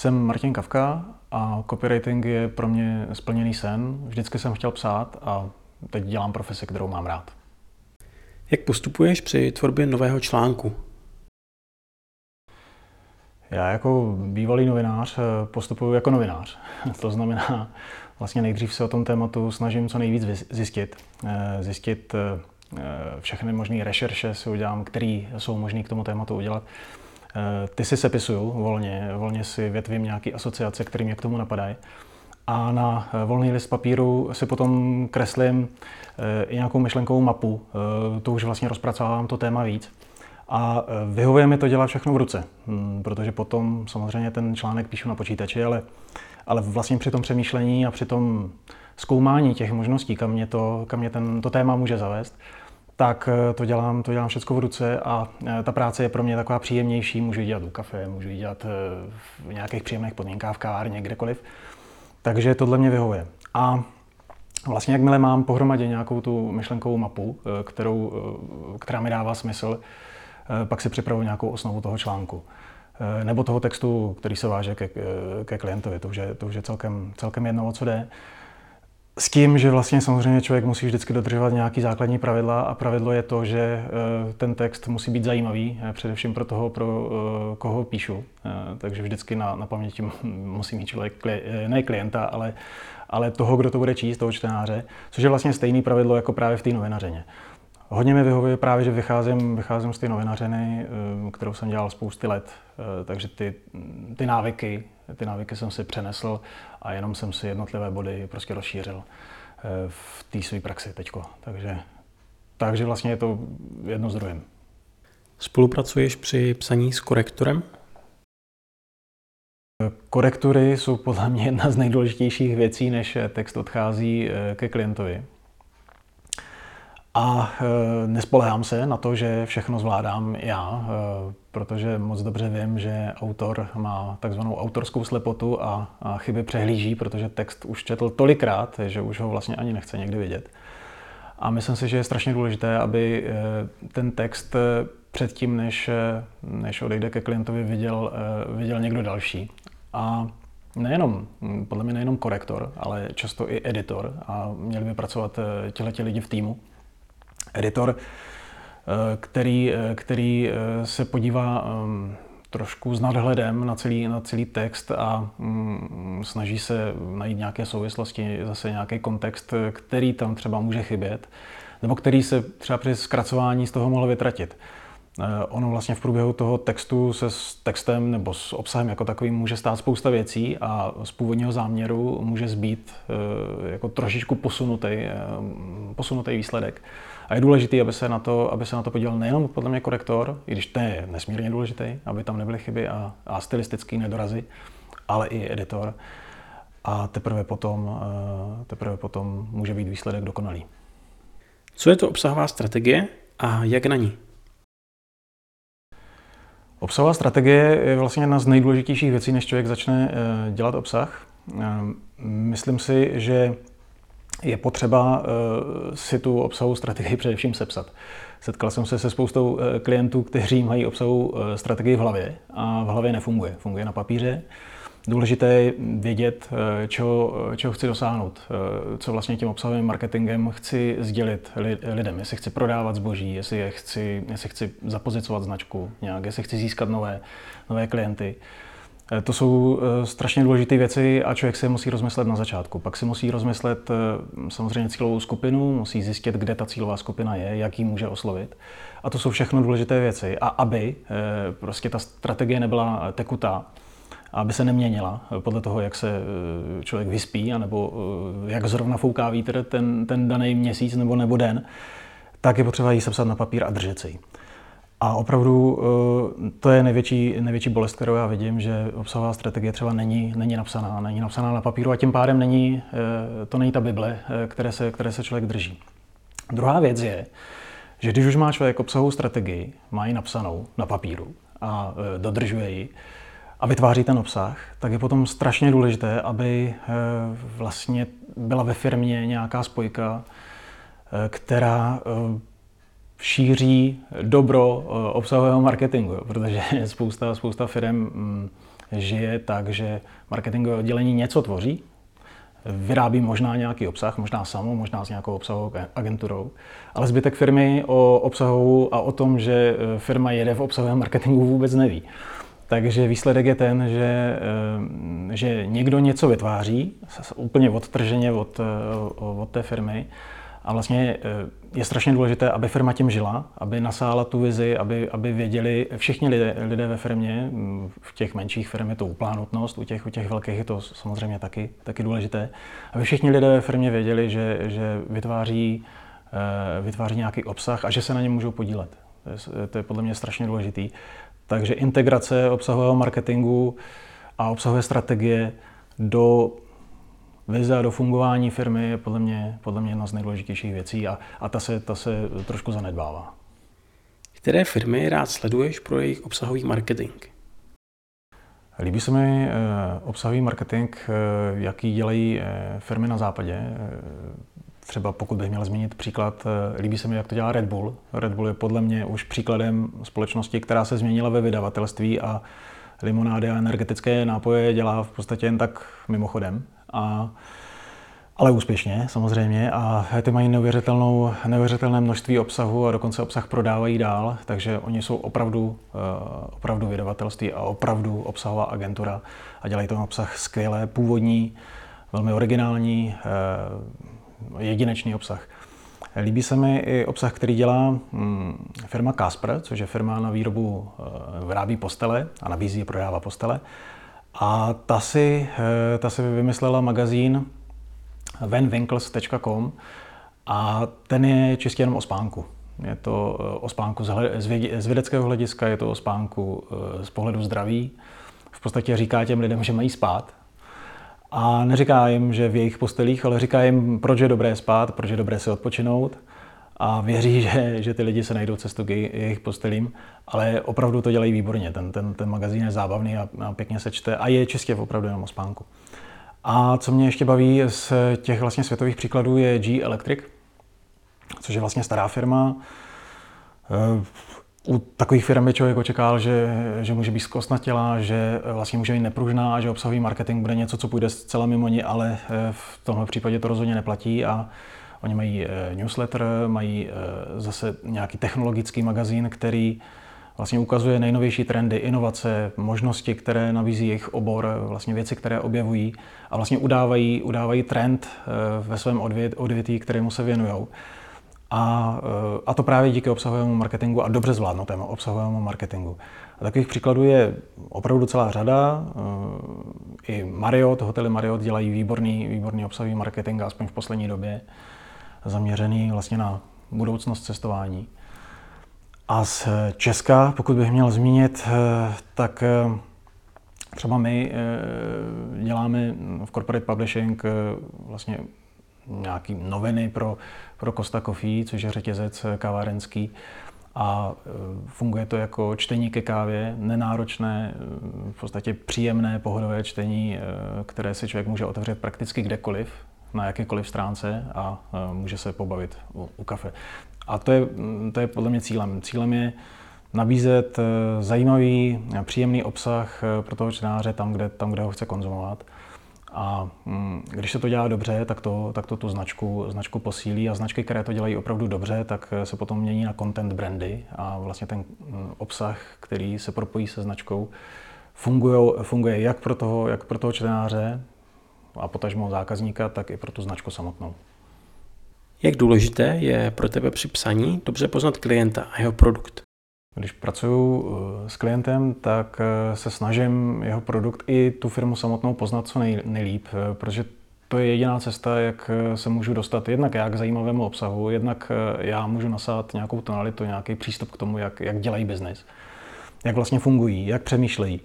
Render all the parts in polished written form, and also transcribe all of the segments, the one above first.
Jsem Martin Kafka a copywriting je pro mě splněný sen. Vždycky jsem chtěl psát a teď dělám profesi, kterou mám rád. Jak postupuješ při tvorbě nového článku? Já jako bývalý novinář postupuji jako novinář. To znamená, vlastně nejdřív se o tom tématu snažím co nejvíc zjistit všechny možné rešerše si udělám, které jsou možné k tomu tématu udělat. Ty si sepisuju volně si větvím nějaké asociace, které mě k tomu napadají. A na volný list papíru si potom kreslím i nějakou myšlenkovou mapu. To už vlastně rozpracovávám to téma víc. A vyhovuje mi to dělat všechno v ruce, protože potom samozřejmě ten článek píšu na počítači, ale vlastně při tom přemýšlení a při tom zkoumání těch možností, kam mě to téma může zavést, tak to dělám všechno v ruce a ta práce je pro mě taková příjemnější. Můžu ji dělat u kafe, můžu ji dělat v nějakých příjemných podmínkách v kavárně, kdekoliv. Takže tohle mě vyhovuje. A vlastně jakmile mám pohromadě nějakou tu myšlenkovou mapu, která mi dává smysl, pak si připravuji nějakou osnovu toho článku. Nebo toho textu, který se váže ke klientovi. To už je celkem jedno, o co jde. S tím, že vlastně samozřejmě člověk musí vždycky dodržovat nějaký základní pravidla a pravidlo je to, že ten text musí být zajímavý, především pro toho, pro koho píšu. Takže vždycky na paměti musí mít člověk ne klienta, ale toho, kdo to bude číst, toho čtenáře, což je vlastně stejný pravidlo jako právě v té novinařině. Hodně mi vyhovuje právě, že vycházím z té novinařiny, kterou jsem dělal spousty let, takže ty návyky jsem si přenesl a jenom jsem si jednotlivé body prostě rozšířil v té své praxi teďko. Takže vlastně je to jedno z druhým. Spolupracuješ při psaní s korektorem? Korektury jsou podle mě jedna z nejdůležitějších věcí, než text odchází ke klientovi. A nespoléhám se na to, že všechno zvládám já, protože moc dobře vím, že autor má takzvanou autorskou slepotu a chyby přehlíží, protože text už četl tolikrát, že už ho vlastně ani nechce někdy vidět. A myslím si, že je strašně důležité, aby ten text předtím, než odejde ke klientovi, viděl někdo další. A podle mě nejenom korektor, ale často i editor a měli by pracovat tihleti lidi v týmu. Editor, který se podívá trošku s nadhledem na celý text a snaží se najít nějaké souvislosti, zase nějaký kontext, který tam třeba může chybět, nebo který se třeba při zkracování z toho mohl vytratit. Ono vlastně v průběhu toho textu se s textem nebo s obsahem jako takovým může stát spousta věcí a z původního záměru může zbýt jako trošičku posunutý výsledek. A je důležité, aby se na to podíval nejenom podle mě korektor, i když to je nesmírně důležitý, aby tam nebyly chyby a stylistické nedorazy, ale i editor. A teprve potom může být výsledek dokonalý. Co je to obsahová strategie a jak na ní? Obsahová strategie je vlastně jedna z nejdůležitějších věcí, než člověk začne dělat obsah. Myslím si, že je potřeba si tu obsahovou strategii především sepsat. Setkal jsem se spoustou klientů, kteří mají obsahovou strategii v hlavě a v hlavě nefunguje. Funguje na papíře. Důležité je vědět, čeho chci dosáhnout, co vlastně tím obsahovým marketingem chci sdělit lidem. Jestli chci prodávat zboží, jestli chci zapozicovat značku nějak, jestli chci získat nové klienty. To jsou strašně důležité věci a člověk si musí rozmyslet na začátku. Pak si musí rozmyslet samozřejmě cílovou skupinu, musí zjistit, kde ta cílová skupina je, jak ji může oslovit. A to jsou všechno důležité věci. A aby prostě ta strategie nebyla tekutá, aby se neměnila podle toho, jak se člověk vyspí, anebo jak zrovna fouká vítr ten daný měsíc nebo den, tak je potřeba ji sepsat na papír a držet si ji. A opravdu to je největší bolest, kterou já vidím, že obsahová strategie třeba není napsaná na papíru a tím pádem to není ta Bible, které se člověk drží. Druhá věc je, že když už má člověk obsahovou strategii, má ji napsanou na papíru a dodržuje ji a vytváří ten obsah, tak je potom strašně důležité, aby vlastně byla ve firmě nějaká spojka, která šíří dobro obsahového marketingu, protože spousta firm žije tak, že marketingové oddělení něco tvoří, vyrábí možná nějaký obsah, možná samo, možná s nějakou obsahovou agenturou, ale zbytek firmy o obsahu a o tom, že firma jede v obsahovém marketingu, vůbec neví. Takže výsledek je ten, že někdo něco vytváří, úplně odtrženě od té firmy, a vlastně je strašně důležité, aby firma tím žila, aby nasála tu vizi, aby věděli všichni lidé ve firmě, v těch menších firm je to úplánutnost, u těch velkých je to samozřejmě taky důležité, aby všichni lidé ve firmě věděli, že vytváří nějaký obsah a že se na něm můžou podílet. To je podle mě strašně důležitý. Takže integrace obsahového marketingu a obsahové strategie do vize a do fungování firmy je podle mě jedna z nejdůležitějších věcí a ta se trošku zanedbává. Které firmy rád sleduješ pro jejich obsahový marketing? Líbí se mi obsahový marketing, jaký dělají firmy na západě. Třeba pokud bych měl zmínit příklad, líbí se mi, jak to dělá Red Bull. Red Bull je podle mě už příkladem společnosti, která se změnila ve vydavatelství a limonády a energetické nápoje dělá v podstatě jen tak mimochodem. Ale úspěšně samozřejmě a ty mají neuvěřitelné množství obsahu a dokonce obsah prodávají dál, takže oni jsou opravdu vydavatelství a opravdu obsahová agentura a dělají ten obsah skvěle, původní, velmi originální, jedinečný obsah. Líbí se mi i obsah, který dělá firma Casper, což je firma na výrobu, vyrábí postele a nabízí a prodává postele. A ta si vymyslela magazín venwinkles.com a ten je čistě jenom o spánku. Je to o spánku z vědeckého hlediska, je to o spánku z pohledu zdraví. V podstatě říká těm lidem, že mají spát. A neříká jim, že v jejich postelích, ale říká jim, proč je dobré spát, proč je dobré si odpočinout. A věří, že ty lidi se najdou cestu k jejich postelím, ale opravdu to dělají výborně. Ten magazín je zábavný a pěkně se čte a je čistě opravdu jenom o spánku. A co mě ještě baví z těch vlastně světových příkladů je GE Electric, což je vlastně stará firma. U takových firm by člověk očekával, že může být zkostnatělá, že vlastně může být nepružná, že obsahový marketing bude něco, co půjde zcela mimo ní, ale v tomhle případě to rozhodně neplatí a oni mají newsletter, mají zase nějaký technologický magazín, který vlastně ukazuje nejnovější trendy, inovace, možnosti, které nabízí jejich obor, vlastně věci, které objevují a vlastně udávají trend ve svém odvětví, kterému se věnujou. A to právě díky obsahovému marketingu a dobře zvládnutému obsahovému marketingu. A takových příkladů je opravdu celá řada. I Marriott, hotely Marriott dělají výborný obsahový marketing, aspoň v poslední době, zaměřený vlastně na budoucnost cestování. A z Česka, pokud bych měl zmínit, tak třeba my děláme v Corporate Publishing vlastně nějaké noviny pro Costa Coffee, což je řetězec kavárenský. A funguje to jako čtení ke kávě, nenáročné, v podstatě příjemné, pohodové čtení, které si člověk může otevřít prakticky kdekoliv, na jakékoliv stránce a může se pobavit u kafe. A to je podle mě cílem. Cílem je nabízet zajímavý, příjemný obsah pro toho čtenáře tam, kde ho chce konzumovat. A když se to dělá dobře, tak to tu značku posílí a značky, které to dělají opravdu dobře, tak se potom mění na content brandy a vlastně ten obsah, který se propojí se značkou, funguje jak pro toho čtenáře a potažmo zákazníka, tak i pro tu značku samotnou. Jak důležité je pro tebe při psaní dobře poznat klienta a jeho produkt? Když pracuji s klientem, tak se snažím jeho produkt i tu firmu samotnou poznat co nejlíp, protože to je jediná cesta, jak se můžu dostat jednak já k zajímavému obsahu, jednak já můžu nasát nějakou tonalitu, nějaký přístup k tomu, jak dělají biznis, jak vlastně fungují, jak přemýšlejí.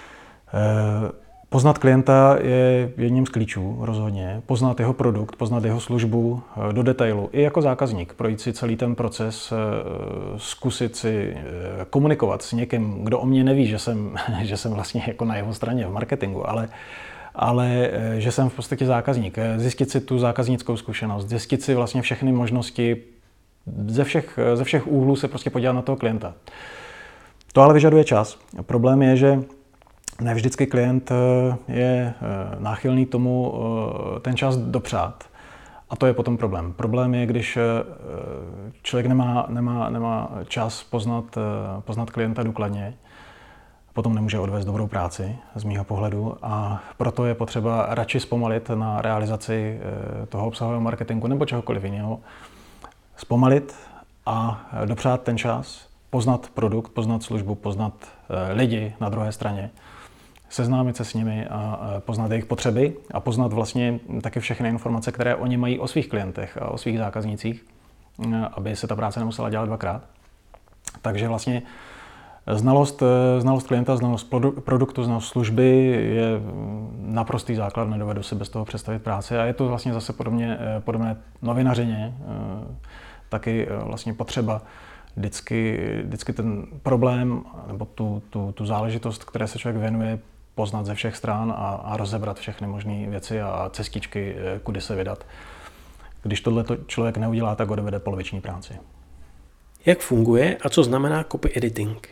Poznat klienta je jedním z klíčů rozhodně. Poznat jeho produkt, poznat jeho službu do detailu. I jako zákazník projít si celý ten proces, zkusit si komunikovat s někým, kdo o mě neví, že jsem vlastně jako na jeho straně v marketingu, ale že jsem v podstatě zákazník. Zjistit si tu zákaznickou zkušenost, zjistit si vlastně všechny možnosti, ze všech úhlů se prostě podívat na toho klienta. To ale vyžaduje čas. Problém je, že ne vždycky klient je náchylný tomu ten čas dopřát. A to je potom problém. Problém je, když člověk nemá čas poznat klienta důkladně, potom nemůže odvést dobrou práci z mýho pohledu a proto je potřeba radši zpomalit na realizaci toho obsahového marketingu nebo čehokoliv jiného. Zpomalit a dopřát ten čas, poznat produkt, poznat službu, poznat lidi na druhé straně, seznámit se s nimi a poznat jejich potřeby a poznat vlastně taky všechny informace, které oni mají o svých klientech a o svých zákaznících, aby se ta práce nemusela dělat dvakrát. Takže vlastně znalost klienta, znalost produktu, znalost služby je naprostý základ, nedovedu si bez toho představit práci a je to vlastně zase podobné novinařině, taky vlastně potřeba vždycky ten problém nebo tu záležitost, které se člověk věnuje, poznat ze všech stran a rozebrat všechny možné věci a cestičky, kudy se vydat. Když tohle člověk neudělá, tak odvede poloviční práci. Jak funguje a co znamená copy editing?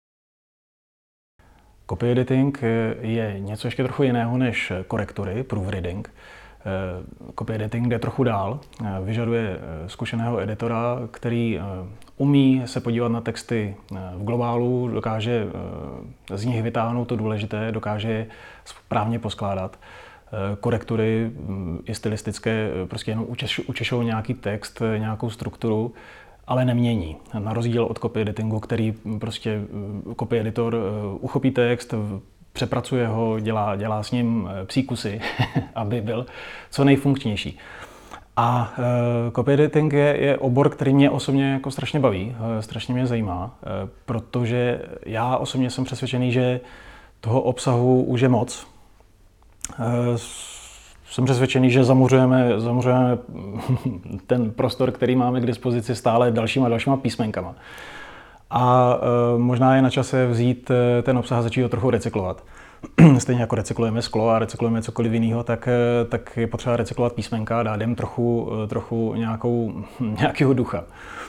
Copy editing je něco ještě trochu jiného než korektury, proofreading. Copy editing jde trochu dál, vyžaduje zkušeného editora, který umí se podívat na texty v globálu, dokáže z nich vytáhnout to důležité, dokáže je správně poskládat. Korektury i stylistické prostě jenom učešou nějaký text, nějakou strukturu, ale nemění. Na rozdíl od copy editingu, který prostě copy editor uchopí text, přepracuje ho, dělá s ním psí kusy, aby byl co nejfunkčnější. A copy editing je obor, který mě osobně jako strašně baví, strašně mě zajímá, protože já osobně jsem přesvědčený, že toho obsahu už je moc. Jsem přesvědčený, že zamořujeme ten prostor, který máme k dispozici stále dalšíma písmenkama. A možná je na čase vzít ten obsah a začít ho trochu recyklovat. Stejně jako recyklujeme sklo a recyklujeme cokoliv jiného, tak je potřeba recyklovat písmenka a dát jim trochu nějakého ducha.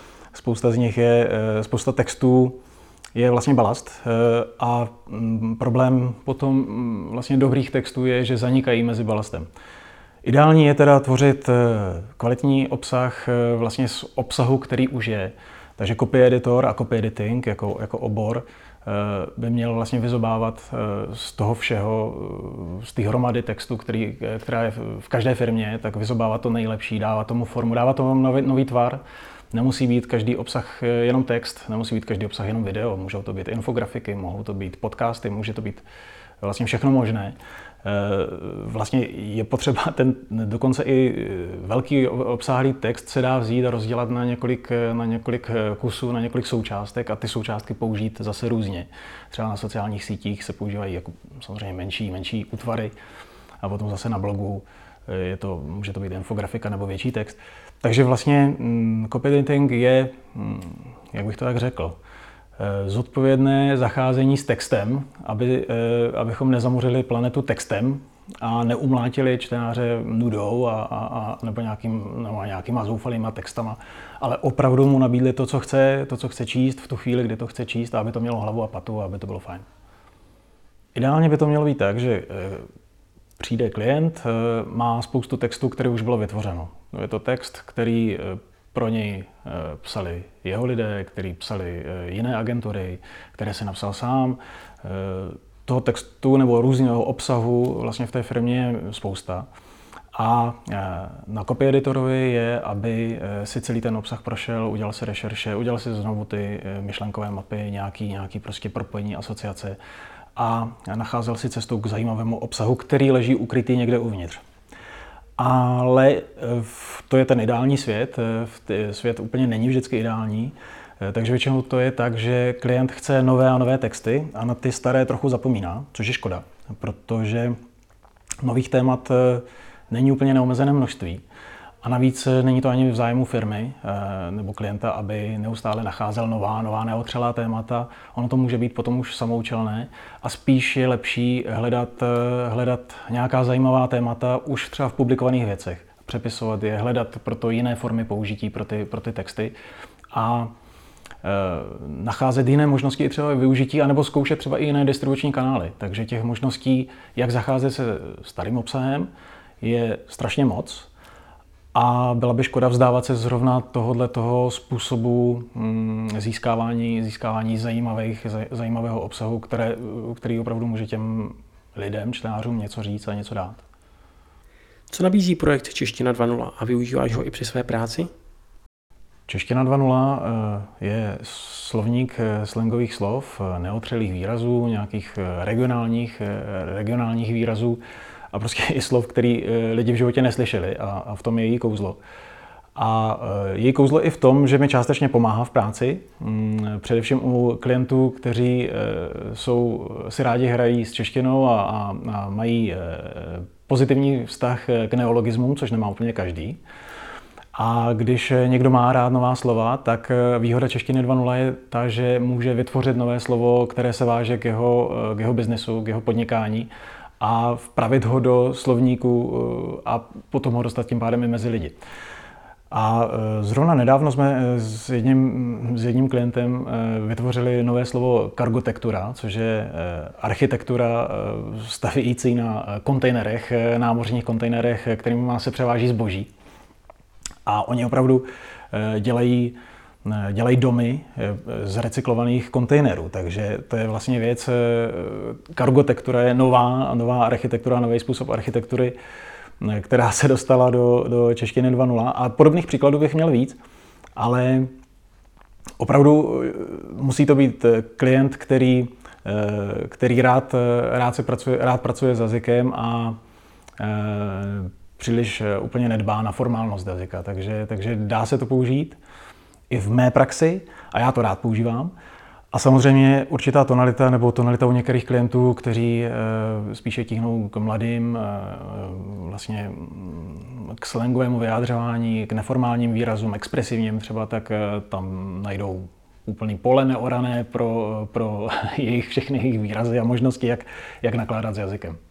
Spousta textů je vlastně balast a problém potom vlastně dobrých textů je, že zanikají mezi balastem. Ideální je teda tvořit kvalitní obsah vlastně z obsahu, který už je. Takže copy editor a copy editing jako obor by měl vlastně vyzobávat z toho všeho, z té hromady textu, která je v každé firmě, tak vyzobávat to nejlepší, dávat tomu formu, dávat tomu nový tvar. Nemusí být každý obsah jenom text, nemusí být každý obsah jenom video, můžou to být infografiky, mohou to být podcasty, může to být vlastně všechno možné. Vlastně je potřeba dokonce i velký obsáhlý text se dá vzít a rozdělat na několik kusů, na několik součástek a ty součástky použít zase různě. Třeba na sociálních sítích se používají jako samozřejmě menší útvary a potom zase na blogu může to být infografika nebo větší text. Takže vlastně copy editing je, jak bych to tak řekl, zodpovědné zacházení s textem, abychom nezamořili planetu textem a neumlátili čtenáře nudou nebo nějakýma zoufalýma textama, ale opravdu mu nabídli to, co chce číst v tu chvíli, kdy to chce číst, aby to mělo hlavu a patu a aby to bylo fajn. Ideálně by to mělo být tak, že přijde klient, má spoustu textů, které už bylo vytvořeno. Je to text, který pro něj psali jeho lidé, který psali jiné agentury, které si napsal sám. Toho textu nebo různého obsahu vlastně v té firmě je spousta. A na copy editorovi je, aby si celý ten obsah prošel, udělal si rešerše, udělal si znovu ty myšlenkové mapy, nějaký prostě propojení, asociace a nacházel si cestu k zajímavému obsahu, který leží ukrytý někde uvnitř. Ale to je ten ideální svět. Svět úplně není vždycky ideální, takže většinou to je tak, že klient chce nové a nové texty a na ty staré trochu zapomíná, což je škoda, protože nových témat není úplně neomezené množství. A navíc není to ani v zájmu firmy nebo klienta, aby neustále nacházel nová neotřelá témata. Ono to může být potom už samoučelné a spíš je lepší hledat nějaká zajímavá témata už třeba v publikovaných věcech. Přepisovat je, hledat proto jiné formy použití pro ty texty a nacházet jiné možnosti i třeba využití, anebo zkoušet třeba i jiné distribuční kanály. Takže těch možností, jak zacházet se starým obsahem, je strašně moc. A byla by škoda vzdávat se zrovna tohoto způsobu získávání zajímavého obsahu, který opravdu může těm lidem, čtenářům něco říct a něco dát. Co nabízí projekt Čeština 2.0 a využíváš ho i při své práci? Čeština 2.0 je slovník slangových slov, neotřelých výrazů, nějakých regionálních výrazů a prostě i slov, který lidi v životě neslyšeli a v tom je její kouzlo. A její kouzlo i v tom, že mi částečně pomáhá v práci, především u klientů, kteří si rádi hrají s češtinou a mají pozitivní vztah k neologismům, což nemá úplně každý. A když někdo má rád nová slova, tak výhoda Češtiny 2.0 je ta, že může vytvořit nové slovo, které se váže k jeho biznesu, k jeho podnikání a vpravit ho do slovníku a potom ho dostat tím pádem i mezi lidi. A zrovna nedávno jsme s jedním klientem vytvořili nové slovo kargotektura, což je architektura stavící na kontejnerech, námořních kontejnerech, kterými se převáží zboží. A oni opravdu dělají domy z recyklovaných kontejnerů, takže to je vlastně věc, kargotektura je nová architektura, nový způsob architektury, která se dostala do Češtiny 2.0 a podobných příkladů bych měl víc, ale opravdu musí to být klient, který rád pracuje s jazykem a příliš úplně nedbá na formálnost jazyka, takže dá se to použít i v mé praxi a já to rád používám. A samozřejmě určitá tonalita nebo tonalita u některých klientů, kteří spíše tíhnou k mladým, vlastně k slangovému vyjádřování, k neformálním výrazům, expresivním třeba, tak tam najdou úplný pole neorané pro všechny jejich výrazy a možnosti, jak nakládat s jazykem.